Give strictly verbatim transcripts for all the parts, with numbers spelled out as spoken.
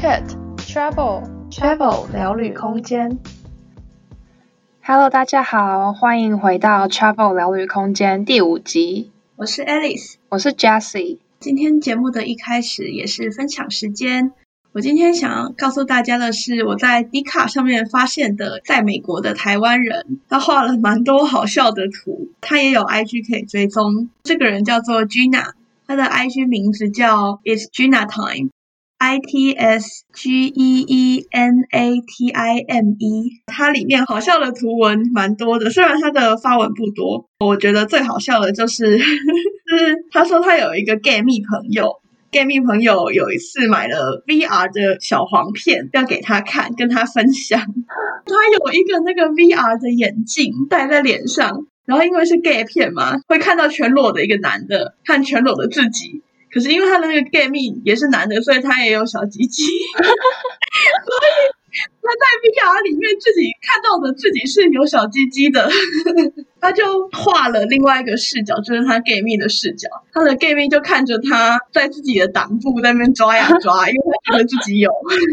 Chat Travel Travel 聊旅空间。 Hello， 大家好，欢迎回到 Travel 聊旅空间第五集。 我是 Alice， 我是 Jessie。 今天节目的一开始也是分享时间。我今天想要告诉大家的是，我在 Dcard 上面发现的在美国的台湾人，他画了蛮多好笑的图，他也有 I G 可以追踪。这个人叫做 Gina， 他的 I G 名字叫 It's Gina Time， I T S G E E N A T I M E。 它里面好笑的图文蛮多的，虽然他的发文不多。我觉得最好笑的就是就是他说他有一个 gay 蜜朋友，gay 蜜朋友有一次买了 V R 的小黄片要给他看，跟他分享。他有一个那个 V R 的眼镜戴在脸上，然后因为是 gay 片嘛，会看到全裸的一个男的和全裸的自己。可是因为他的那个 gay 蜜也是男的，所以他也有小鸡鸡。所以他在 V R 里面自己看到的自己是有小鸡鸡的。他就画了另外一个视角，就是他 gay 蜜的视角。他的 gay 蜜就看着他在自己的裆部在那边抓呀抓，因为他觉得自己有。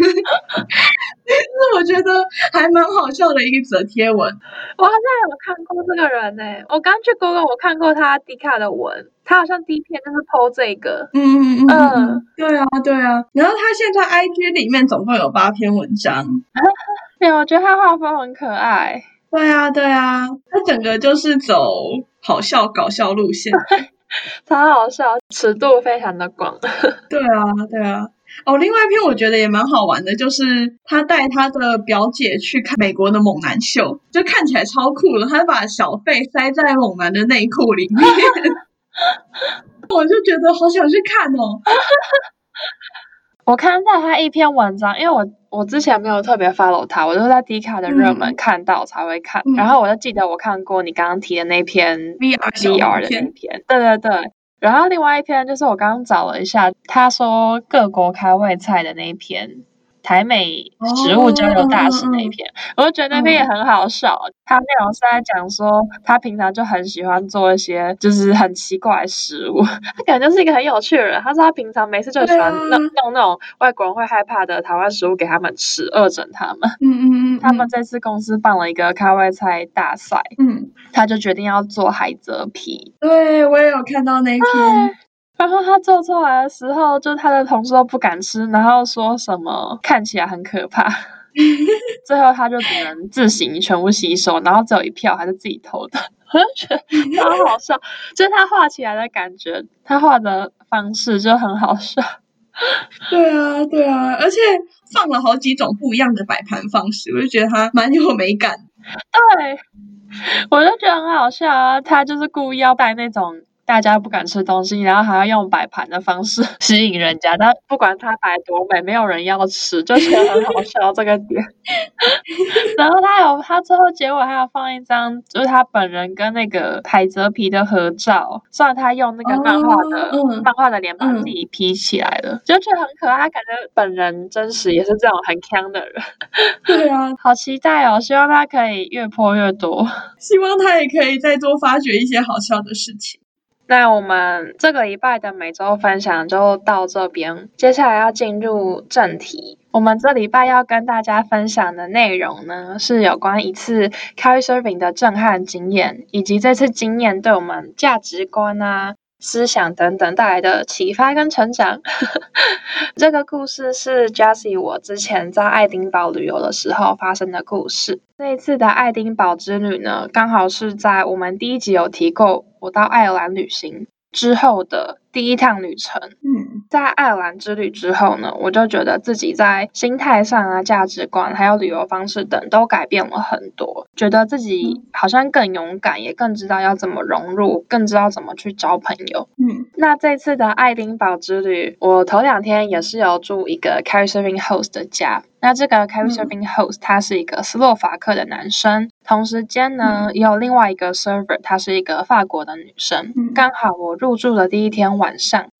是我觉得还蛮好笑的一则贴文。 我好像有看过这个人诶、欸，我刚去 Google 我看过他 Dcard 的文，他好像第一篇就是 po 这个。 嗯嗯嗯嗯，对啊对啊。然后他现在 I G 里面总共有八篇文章。 对，我觉得他画风很可爱。 对啊对啊，他整个就是走好笑搞笑路线。 超好笑，尺度非常的广。 对啊对啊。哦，另外一篇我觉得也蛮好玩的，就是他带他的表姐去看美国的猛男秀，就看起来超酷的。他把小费塞在猛男的内裤里面。我就觉得好想去看哦。 我看到他一篇文章，因为我我之前没有特别 follow 他，我就在 Dcard 的热门看到才会看、嗯、然后我就记得我看过你刚刚提的那篇 V R V R 的那篇。对对对。然后另外一篇就是我刚刚找了一下，他说各国开胃菜的那一篇，台美食物交流大使那一篇、哦嗯嗯、我就觉得那篇也很好笑、嗯、他内容是在讲说他平常就很喜欢做一些就是很奇怪的食物，他感觉就是一个很有趣的人。他说他平常每次就喜欢弄弄那种外国人会害怕的台湾食物给他们吃，恶整他们。 嗯嗯嗯。 他们这次公司办了一个开胃菜大赛，嗯，他就决定要做海蜇皮。 对，我也有看到那一篇。 然后他做出来的时候，就他的同事都不敢吃，然后说什么看起来很可怕。最后他就只能自行全部吸收，然后只有一票还是自己投的。我就觉得超好笑，就是他画起来的感觉，他画的方式就很好笑。 对啊对啊，而且放了好几种不一样的摆盘方式，我就觉得他蛮有美感。 对，我就觉得很好笑啊，他就是故意要带那种大家不敢吃东西，然后还要用摆盘的方式吸引人家，但不管他摆多美，没有人要吃，就觉得很好笑这个点。然后他有他最后结尾还有放一张就是他本人跟那个海蜇皮的合照，虽然他用那个漫画的、哦嗯、漫画的脸把自己 P 起来了、嗯、就觉得很可爱，感觉本人真实也是这种很强的人。 对啊， 好期待哦，希望他可以越破越多， 希望他也可以再多发掘一些好笑的事情。 那我们这个礼拜的每周分享就到这边，接下来要进入正题。我们这礼拜要跟大家分享的内容呢，是有关一次 Couchsurfing 的震撼经验，以及这次经验对我们价值观啊、思想等等带来的启发跟成长。这个故事是 Jessie 我之前在爱丁堡旅游的时候发生的故事。这一次的爱丁堡之旅呢，刚好是在我们第一集有提过我到爱尔兰旅行之后的第一趟旅程。嗯，在爱尔兰之旅之后呢，我就觉得自己在心态上啊、价值观还有旅游方式等都改变了很多，觉得自己好像更勇敢，也更知道要怎么融入，更知道怎么去交朋友。嗯，那这次的爱丁堡之旅，我头两天也是有住一个 Couchsurfing host 的家。那这个 Couchsurfing host 他是一个斯洛伐克的男生，同时间呢、嗯、也有另外一个 server， 她是一个法国的女生。刚好我入住的第一天晚上，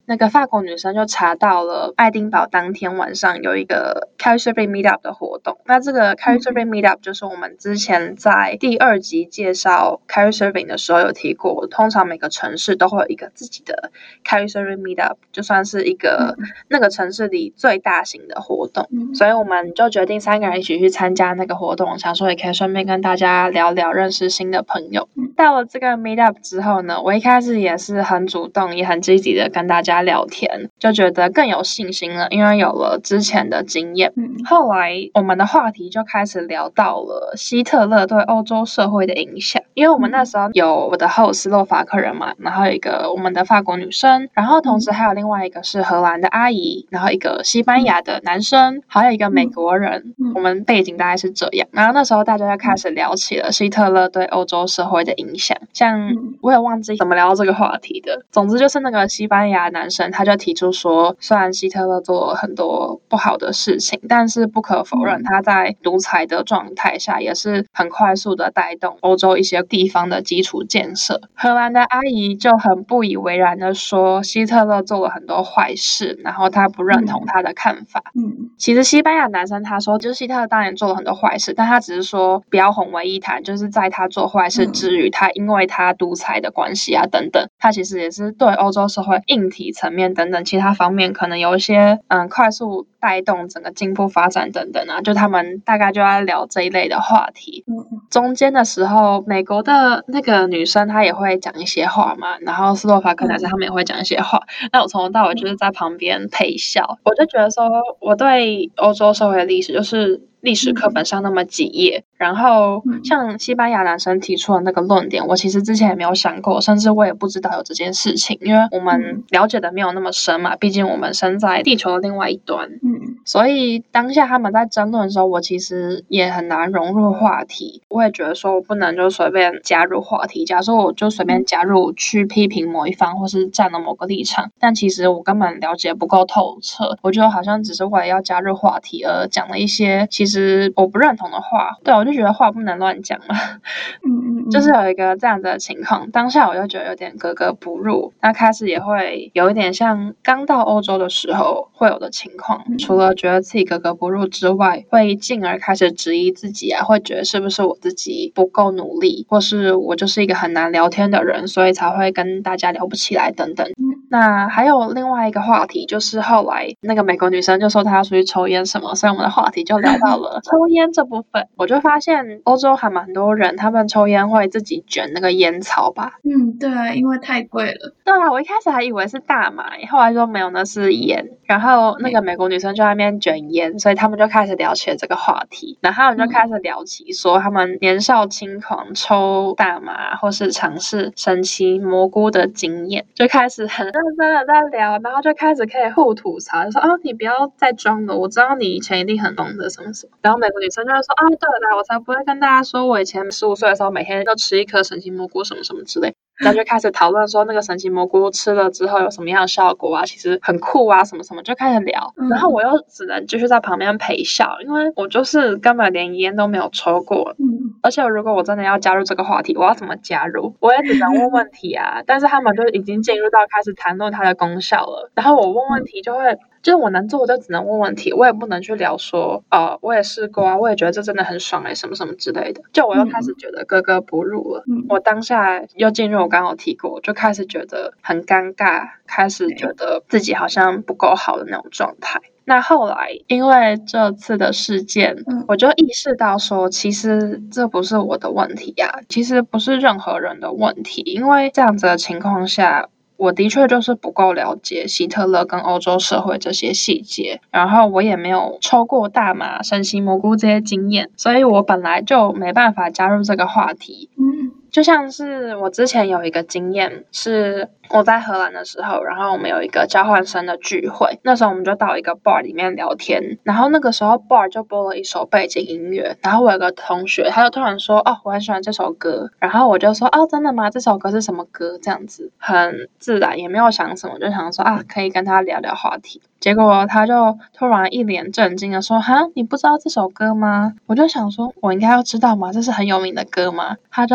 那个法国女生就查到了爱丁堡当天晚上有一个 Couchsurfing Meetup 的活动。那这个 Couchsurfing Meetup 就是我们之前在第二集介绍 Couchsurfing 的时候有提过，通常每个城市都会有一个自己的 Couchsurfing Meetup， 就算是一个那个城市里最大型的活动。所以我们就决定三个人一起去参加那个活动，想说也可以顺便跟大家聊聊，认识新的朋友。到了这个 Meetup 之后呢，我一开始也是很主动也很积极的跟大家聊天，就觉得更有信心了，因为有了之前的经验。后来我们的话题就开始聊到了希特勒对欧洲社会的影响，因为我们那时候有我的 host 斯洛伐克人嘛，然后一个我们的法国女生，然后同时还有另外一个是荷兰的阿姨，然后一个西班牙的男生，还有一个美国人，我们背景大概是这样。然后那时候大家就开始聊起了希特勒对欧洲社会的影响，像我也忘记怎么聊到这个话题的，总之就是那个西班牙男生他就提出说，虽然希特勒做了很多不好的事情，但是不可否认他在独裁的状态下也是很快速的带动欧洲一些地方的基础建设。荷兰的阿姨就很不以为然的说，希特勒做了很多坏事，然后他不认同他的看法。嗯，其实西班牙男生他说，就是希特勒当然做了很多坏事，但他只是说不要混为一谈，就是在他做坏事之余，他因为他独裁的关系啊等等，他其实也是对欧洲社会硬体层面等等其他方面可能有一些嗯快速带动整个进步发展等等啊，就他们大概就在聊这一类的话题。中间的时候，美国的那个女生她也会讲一些话嘛，然后斯洛伐克男生他们也会讲一些话，那我从头到尾就是在旁边陪笑，我就觉得说我对欧洲社会的历史就是历史课本上那么几页，然后像西班牙男生提出的那个论点，我其实之前也没有想过，甚至我也不知道有这件事情，因为我们了解的没有那么深嘛，毕竟我们身在地球的另外一端。嗯，所以当下他们在争论的时候，我其实也很难融入话题，我也觉得说我不能就随便加入话题，假如说我就随便加入去批评某一方或是站了某个立场，但其实我根本了解不够透彻，我觉得好像只是为了要加入话题而讲了一些其实我不认同的话，对，我就觉得话不能乱讲嘛。嗯嗯，就是有一个这样子的情况，当下我就觉得有点格格不入，那开始也会有一点像刚到欧洲的时候会有的情况，除了觉得自己格格不入之外，会进而开始质疑自己啊，会觉得是不是我自己不够努力，或是我就是一个很难聊天的人，所以才会跟大家聊不起来等等。那还有另外一个话题，就是后来那个美国女生就说她要出去抽烟什么，所以我们的话题就聊到了抽烟这部分。我就发现欧洲还蛮多人，他们抽烟会自己卷那个烟草吧。 嗯，对啊，因为太贵了。 对啊，我一开始还以为是大麻，后来说没有，那是烟。然后那个美国女生就在那边卷烟，所以他们就开始聊起了这个话题。然后他们就开始聊起说他们年少轻狂抽大麻或是尝试神奇蘑菇的经验，就开始很认真的在聊，然后就开始可以互吐槽，就说哦你不要再装了，我知道你以前一定很懂的什么什么。然后美国女生就会说啊、哦、对了，我才不会跟大家说我以前十五岁的时候每天都吃一颗神奇蘑菇什么什么之类。然后就开始讨论说那个神奇蘑菇吃了之后有什么样的效果啊，其实很酷啊什么什么，就开始聊。然后我又只能继续在旁边陪笑，因为我就是根本连烟都没有抽过。嗯，而且如果我真的要加入这个话题，我要怎么加入？我也只能问问题啊。但是他们就已经进入到开始谈论它的功效了，然后我问问题就会。就是我能做，我就只能问问题，我也不能去聊说，呃，我也试过啊，我也觉得这真的很爽哎、欸，什么什么之类的。就我又开始觉得格格不入了，嗯、我当下又进入我刚刚有提过，就开始觉得很尴尬，开始觉得自己好像不够好的那种状态。那后来因为这次的事件，嗯、我就意识到说，其实这不是我的问题呀、啊，其实不是任何人的问题，因为这样子的情况下。我的确就是不够了解希特勒跟欧洲社会这些细节，然后我也没有抽过大麻、神奇蘑菇这些经验，所以我本来就没办法加入这个话题。嗯，就像是我之前有一个经验，是我在荷兰的时候，然后我们有一个交换生的聚会，那时候我们就到一个 bar 里面聊天，然后那个时候 bar 就播了一首背景音乐，然后我有个同学他就突然说哦我很喜欢这首歌，然后我就说哦真的吗？这首歌是什么歌？这样子很自然，也没有想什么，就想说啊可以跟他聊聊话题。结果他就突然一脸震惊的说哈你不知道这首歌吗？我就想说我应该要知道吗？这是很有名的歌吗？他就说啊你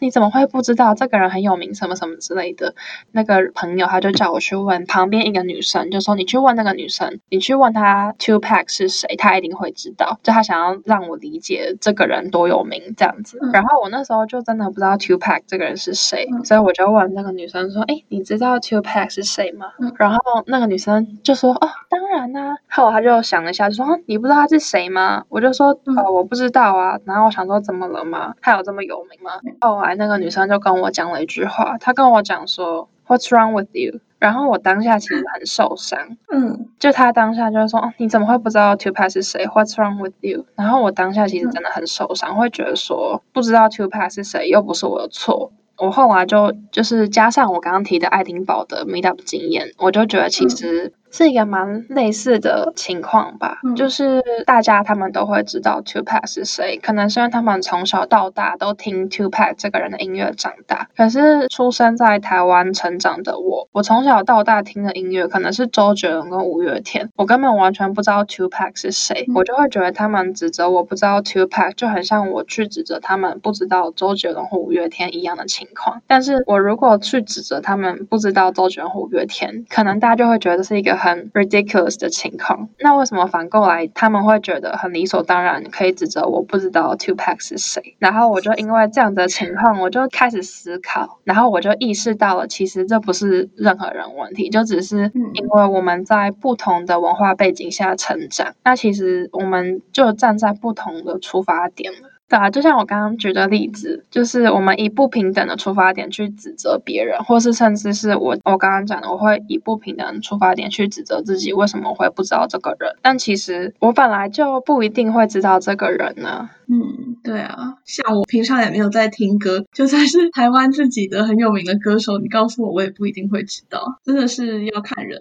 你怎么会不知道这个人很有名什么什么之类的。那个朋友他就叫我去问旁边一个女生，就说你去问那个女生，你去问她 Tupac 是谁，她一定会知道，就她想要让我理解这个人多有名这样子。然后我那时候就真的不知道 Tupac 这个人是谁，所以我就问那个女生说，诶，你知道 Tupac 是谁吗？然后那个女生就说，哦，当然啊。后来她就想了一下就说，哦，你不知道他是谁吗？我就说，哦，我不知道啊。然后我想说怎么了吗？他有这么有名吗？后来那个女生就跟我讲了一句话，她跟我讲说 What's wrong with you？ 然后我当下其实很受伤，嗯，就她当下就说，哦，你怎么会不知道 Tupac 是谁？ What's wrong with you？ 然后我当下其实真的很受伤，会觉得说不知道 Tupac 是谁又不是我的错。我后来就就是加上我刚刚提的爱丁堡的 meetup 经验，我就觉得其实是一个蛮类似的情况吧，嗯，就是大家他们都会知道 Tupac 是谁，可能是因为他们从小到大都听 Tupac 这个人的音乐长大。可是出生在台湾成长的我，我从小到大听的音乐可能是周杰伦跟五月天，我根本完全不知道 Tupac 是谁，嗯，我就会觉得他们指责我不知道 Tupac 就很像我去指责他们不知道周杰伦或五月天一样的情况。但是我如果去指责他们不知道周杰伦或五月天，可能大家就会觉得是一个很 ridiculous 的情况。那为什么反过来他们会觉得很理所当然可以指责我不知道 Tupac 是谁？然后我就因为这样的情况，我就开始思考，然后我就意识到了，其实这不是任何人问题，就只是因为我们在不同的文化背景下成长，那其实我们就站在不同的出发点了。对啊，就像我刚刚举的例子，就是我们以不平等的出发点去指责别人，或是甚至是我我刚刚讲的，我会以不平等的出发点去指责自己为什么会不知道这个人，但其实我本来就不一定会知道这个人呢。 嗯，对啊，像我平常也没有在听歌，就算是台湾自己的很有名的歌手，你告诉我我也不一定会知道，真的是要看人。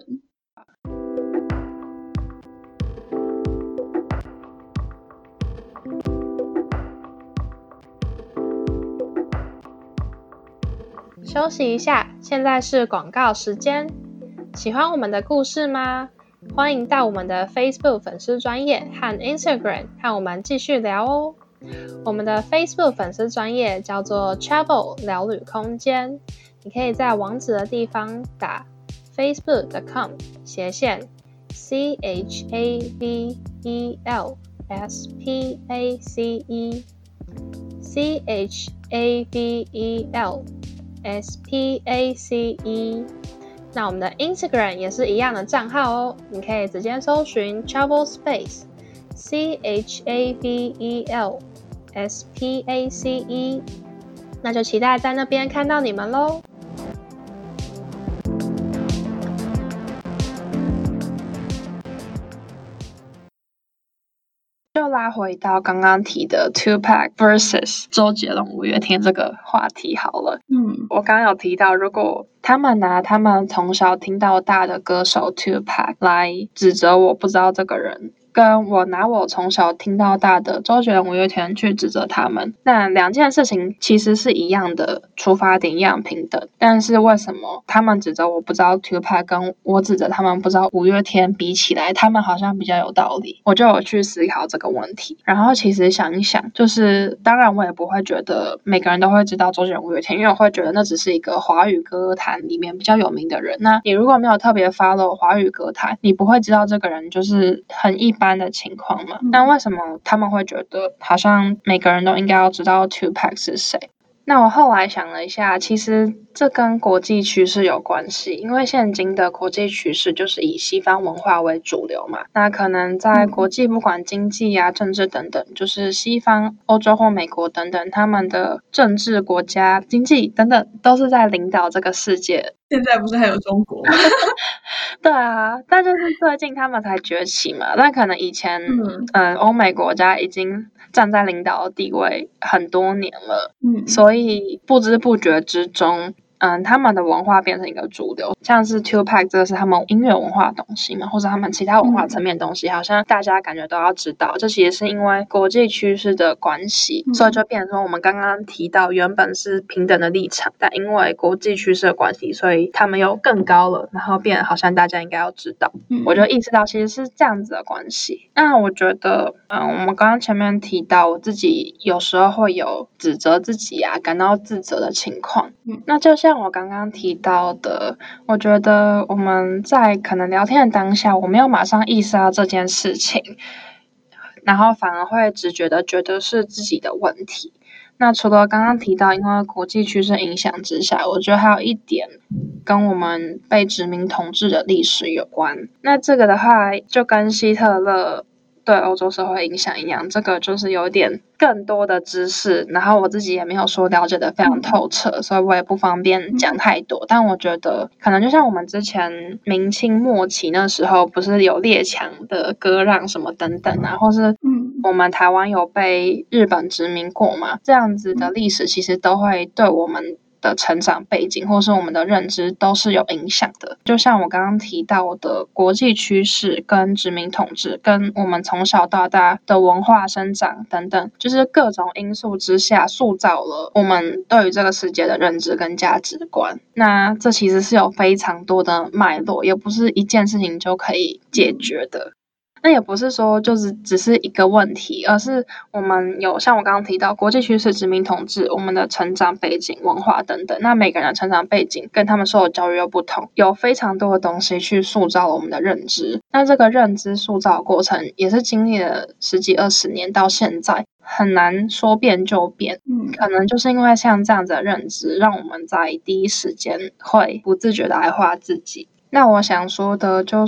休息一下，现在是广告时间。喜欢我们的故事吗？欢迎到我们的 Facebook 粉丝专页和 Instagram 和我们继续聊哦。我们的 Facebook 粉丝专页叫做 Travel 聊旅空间，你可以在网址的地方打 facebook dot com 斜线 C H A V E L S P A C E C H A V E L S P A C E。 那我们的 Instagram 也是一样的账号哦，你可以直接搜寻 Travel Space C H A V E L S P A C E， 那就期待在那边看到你们咯。就拉回到刚刚提的 Tupac versus 周杰伦、五月天这个话题好了。嗯，我刚刚有提到，如果他们拿他们从小听到大的歌手 Tupac 来指责我不知道这个人，跟我拿我从小听到大的周杰伦、五月天去指责他们，那两件事情其实是一样的出发点，一样平等。但是为什么他们指责我不知道 Tupac 跟我指责他们不知道五月天比起来，他们好像比较有道理？我就有去思考这个问题，然后其实想一想，就是当然我也不会觉得每个人都会知道周杰伦、五月天，因为我会觉得那只是一个华语歌坛里面比较有名的人。那你如果没有特别 follow 华语歌坛，你不会知道这个人就是很一般的情况嘛。但为什么他们会觉得好像每个人都应该要知道 Tupac 是谁？那我后来想了一下，其实这跟国际趋势有关系，因为现今的国际趋势就是以西方文化为主流嘛。那可能在国际不管经济啊、政治等等，就是西方、欧洲或美国等等，他们的政治、国家、经济等等都是在领导这个世界。 现在不是还有中国吗？ 对啊，但就是最近他们才崛起嘛。但可能以前，嗯，呃，欧美国家已经站在领导的地位很多年了，嗯，所以不知不觉之中， 嗯，他们的文化变成一个主流，像是 Tupac 这个是他们音乐文化的东西嘛，或者他们其他文化层面的东西，好像大家感觉都要知道。这其实是因为国际趋势的关系，所以就变成说我们刚刚提到原本是平等的立场，但因为国际趋势的关系，所以他们又更高了，然后变得好像大家应该要知道。我就意识到其实是这样子的关系。那我觉得，嗯，我们刚刚前面提到，我自己有时候会有指责自己啊，感到自责的情况。那就像我刚刚提到的，我觉得我们在可能聊天的当下，我没有马上意识到这件事情，然后反而会直觉的觉得是自己的问题。那除了刚刚提到因为国际趋势影响之下，我觉得还有一点跟我们被殖民统治的历史有关。那这个的话就跟希特勒对欧洲社会影响一样，这个就是有点更多的知识，然后我自己也没有说了解的非常透彻，所以我也不方便讲太多。但我觉得可能就像我们之前明清末期那时候不是有列强的割让什么等等啊，或是我们台湾有被日本殖民过嘛，这样子的历史其实都会对我们的成长背景或是我们的认知都是有影响的。就像我刚刚提到的国际趋势跟殖民统治跟我们从小到大的文化生长等等，就是各种因素之下塑造了我们对于这个世界的认知跟价值观。那这其实是有非常多的脉络，也不是一件事情就可以解决的。那也不是说就是只是一个问题，而是我们有像我刚刚提到国际趋势、殖民统治、我们的成长背景、文化等等。那每个人的成长背景跟他们受的教育又不同，有非常多的东西去塑造了我们的认知。那这个认知塑造的过程也是经历了十几二十年到现在，很难说变就变。嗯，可能就是因为像这样子的认知，让我们在第一时间会不自觉的矮化自己。那我想说的就是，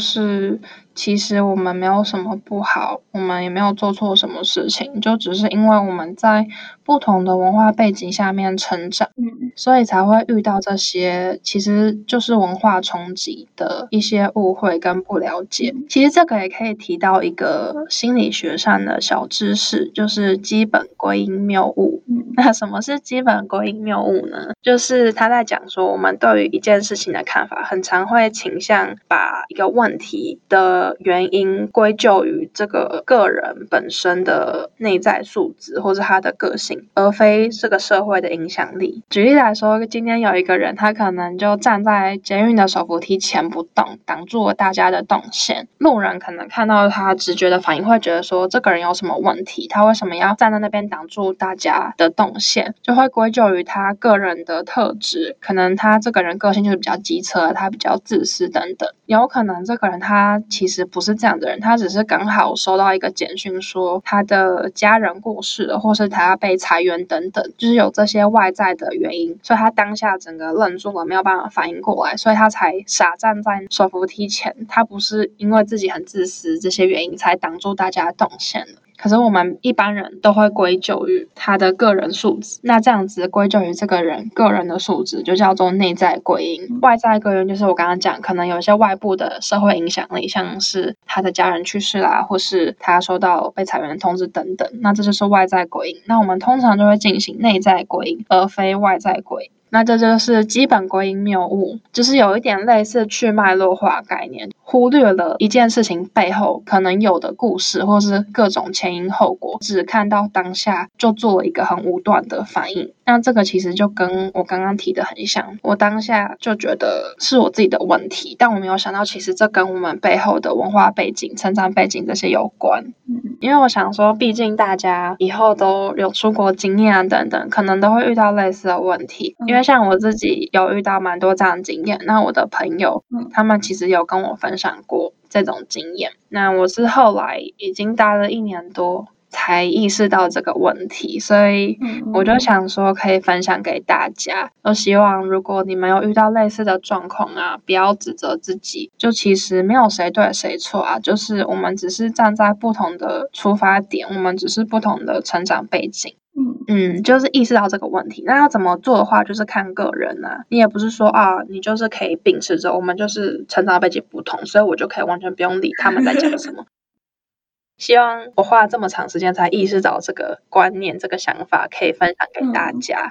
其实我们没有什么不好，我们也没有做错什么事情，就只是因为我们在不同的文化背景下面成长，所以才会遇到这些其实就是文化冲击的一些误会跟不了解。其实这个也可以提到一个心理学上的小知识，就是基本归因谬误。那什么是基本归因谬误呢？就是他在讲说，我们对于一件事情的看法，很常会倾向把一个问题的原因归咎于这个个人本身的内在素质或是他的个性，而非这个社会的影响力。举例来说，今天有一个人，他可能就站在捷运的手扶梯前不动，挡住了大家的动线。路人可能看到他直觉的反应，会觉得说这个人有什么问题，他为什么要站在那边挡住大家的动线，就会归咎于他个人的特质，可能他这个人个性就是比较机车，他比较自私等等。有可能这个人他其实不是这样的人，他只是刚好收到一个简讯说他的家人过世了，或是他被裁员等等，就是有这些外在的原因，所以他当下整个愣住了，没有办法反应过来，所以他才傻站在手扶梯前。他不是因为自己很自私这些原因才挡住大家的动线的。可是我们一般人都会归咎于他的个人素质，那这样子归咎于这个人个人的素质就叫做内在归因。外在归因就是我刚刚讲，可能有一些外部的社会影响力，像是他的家人去世啦，或是他收到被裁员的通知等等，那这就是外在归因。那我们通常就会进行内在归因，而非外在归因。那这就是基本归因谬误，就是有一点类似去脉络化概念，忽略了一件事情背后可能有的故事或是各种前因后果，只看到当下就做了一个很武断的反应。那这个其实就跟我刚刚提的很像，我当下就觉得是我自己的问题，但我没有想到其实这跟我们背后的文化背景、成长背景这些有关。因为我想说，毕竟大家以后都有出国经验啊等等，可能都会遇到类似的问题。因为像我自己有遇到蛮多这样的经验，那我的朋友他们其实有跟我分享过这种经验。那我是后来已经待了一年多才意识到这个问题，所以我就想说可以分享给大家。我希望如果你们有遇到类似的状况啊，不要指责自己，就其实没有谁对谁错啊，就是我们只是站在不同的出发点，我们只是不同的成长背景。嗯，就是意识到这个问题。那要怎么做的话，就是看个人啊。你也不是说啊，你就是可以秉持着我们就是成长背景不同，所以我就可以完全不用理他们在讲什么。希望我花了这么长时间才意识到这个观念、这个想法，可以分享给大家。嗯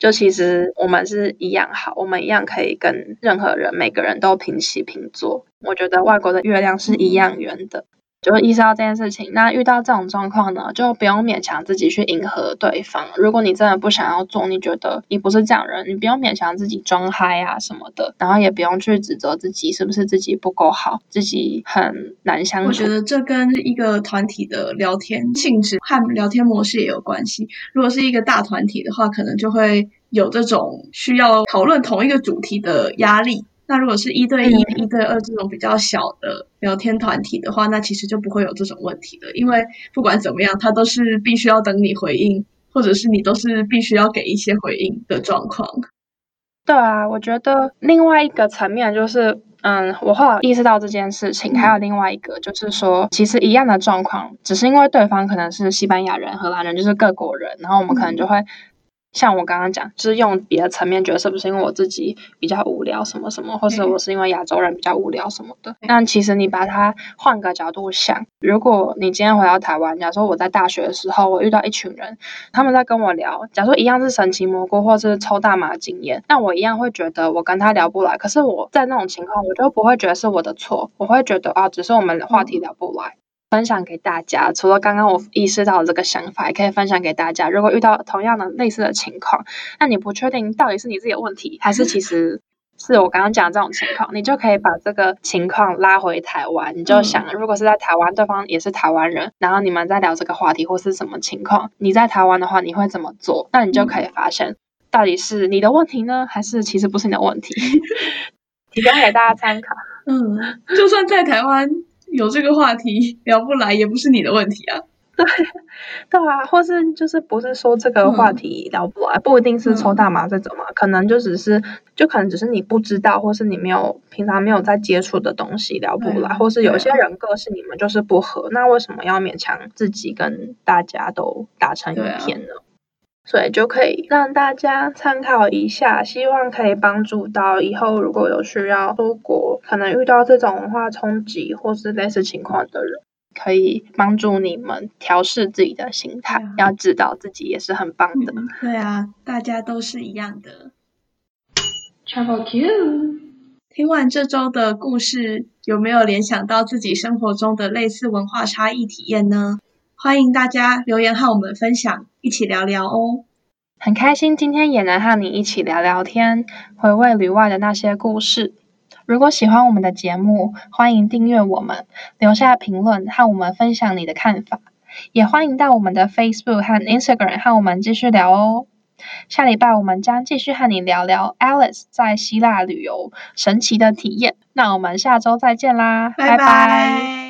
就其实我们是一样好，我们一样可以跟任何人每个人都平起平坐。我觉得外国的月亮是一样圆的，就意识到这件事情。那遇到这种状况呢，就不用勉强自己去迎合对方。如果你真的不想要做，你觉得你不是这样人，你不用勉强自己装嗨啊什么的，然后也不用去指责自己是不是自己不够好，自己很难相处。 我觉得这跟一个团体的聊天性质和聊天模式也有关系。如果是一个大团体的话，可能就会有这种需要讨论同一个主题的压力。那如果是一对一、 嗯、 一对二这种比较小的聊天团体的话，那其实就不会有这种问题了。因为不管怎么样，他都是必须要等你回应，或者是你都是必须要给一些回应的状况。 对啊，我觉得另外一个层面就是，嗯，我后来意识到这件事情，还有另外一个就是说，其实一样的状况，只是因为对方可能是西班牙人、荷兰人，就是各国人，然后我们可能就会。嗯像我刚刚讲，就是用别的层面觉得是不是因为我自己比较无聊什么什么，或是我是因为亚洲人比较无聊什么的。但其实你把它换个角度想，如果你今天回到台湾，假如说我在大学的时候，我遇到一群人，他们在跟我聊，假如说一样是神奇蘑菇或是抽大麻经验，那我一样会觉得我跟他聊不来。可是我在那种情况，我就不会觉得是我的错，我会觉得啊，只是我们话题聊不来。分享给大家，除了刚刚我意识到的这个想法，也可以分享给大家。如果遇到同样的类似的情况，那你不确定到底是你自己的问题，还是其实是我刚刚讲的这种情况，你就可以把这个情况拉回台湾。你就想，如果是在台湾，对方也是台湾人，然后你们在聊这个话题或是什么情况，你在台湾的话，你会怎么做？那你就可以发现，到底是你的问题呢，还是其实不是你的问题？提供给大家参考。 嗯，就算在台湾。有这个话题聊不来也不是你的问题啊。 对对啊，或是就是不是说这个话题聊不来，嗯、不一定是抽大麻这种嘛，嗯、可能就只是就可能只是你不知道，或是你没有平常没有在接触的东西聊不来，啊、或是有些人个性你们就是不合，啊、那为什么要勉强自己跟大家都打成一片呢？所以就可以让大家参考一下，希望可以帮助到以后如果有需要出国，可能遇到这种文化冲击或是类似情况的人，可以帮助你们调适自己的心态，啊、要知道自己也是很棒的。 嗯、对啊，大家都是一样的。Travel Q， 听完这周的故事，有没有联想到自己生活中的类似文化差异体验呢？欢迎大家留言和我们分享，一起聊聊哦。 很开心今天也能和你一起聊聊天，回味旅外的那些故事。如果喜欢我们的节目，欢迎订阅我们，留下评论和我们分享你的看法。也欢迎到我们的 Facebook 和 Instagram 和我们继续聊哦。下礼拜我们将继续和你聊聊 Alice 在希腊旅游神奇的体验。那我们下周再见啦， 拜拜。拜拜。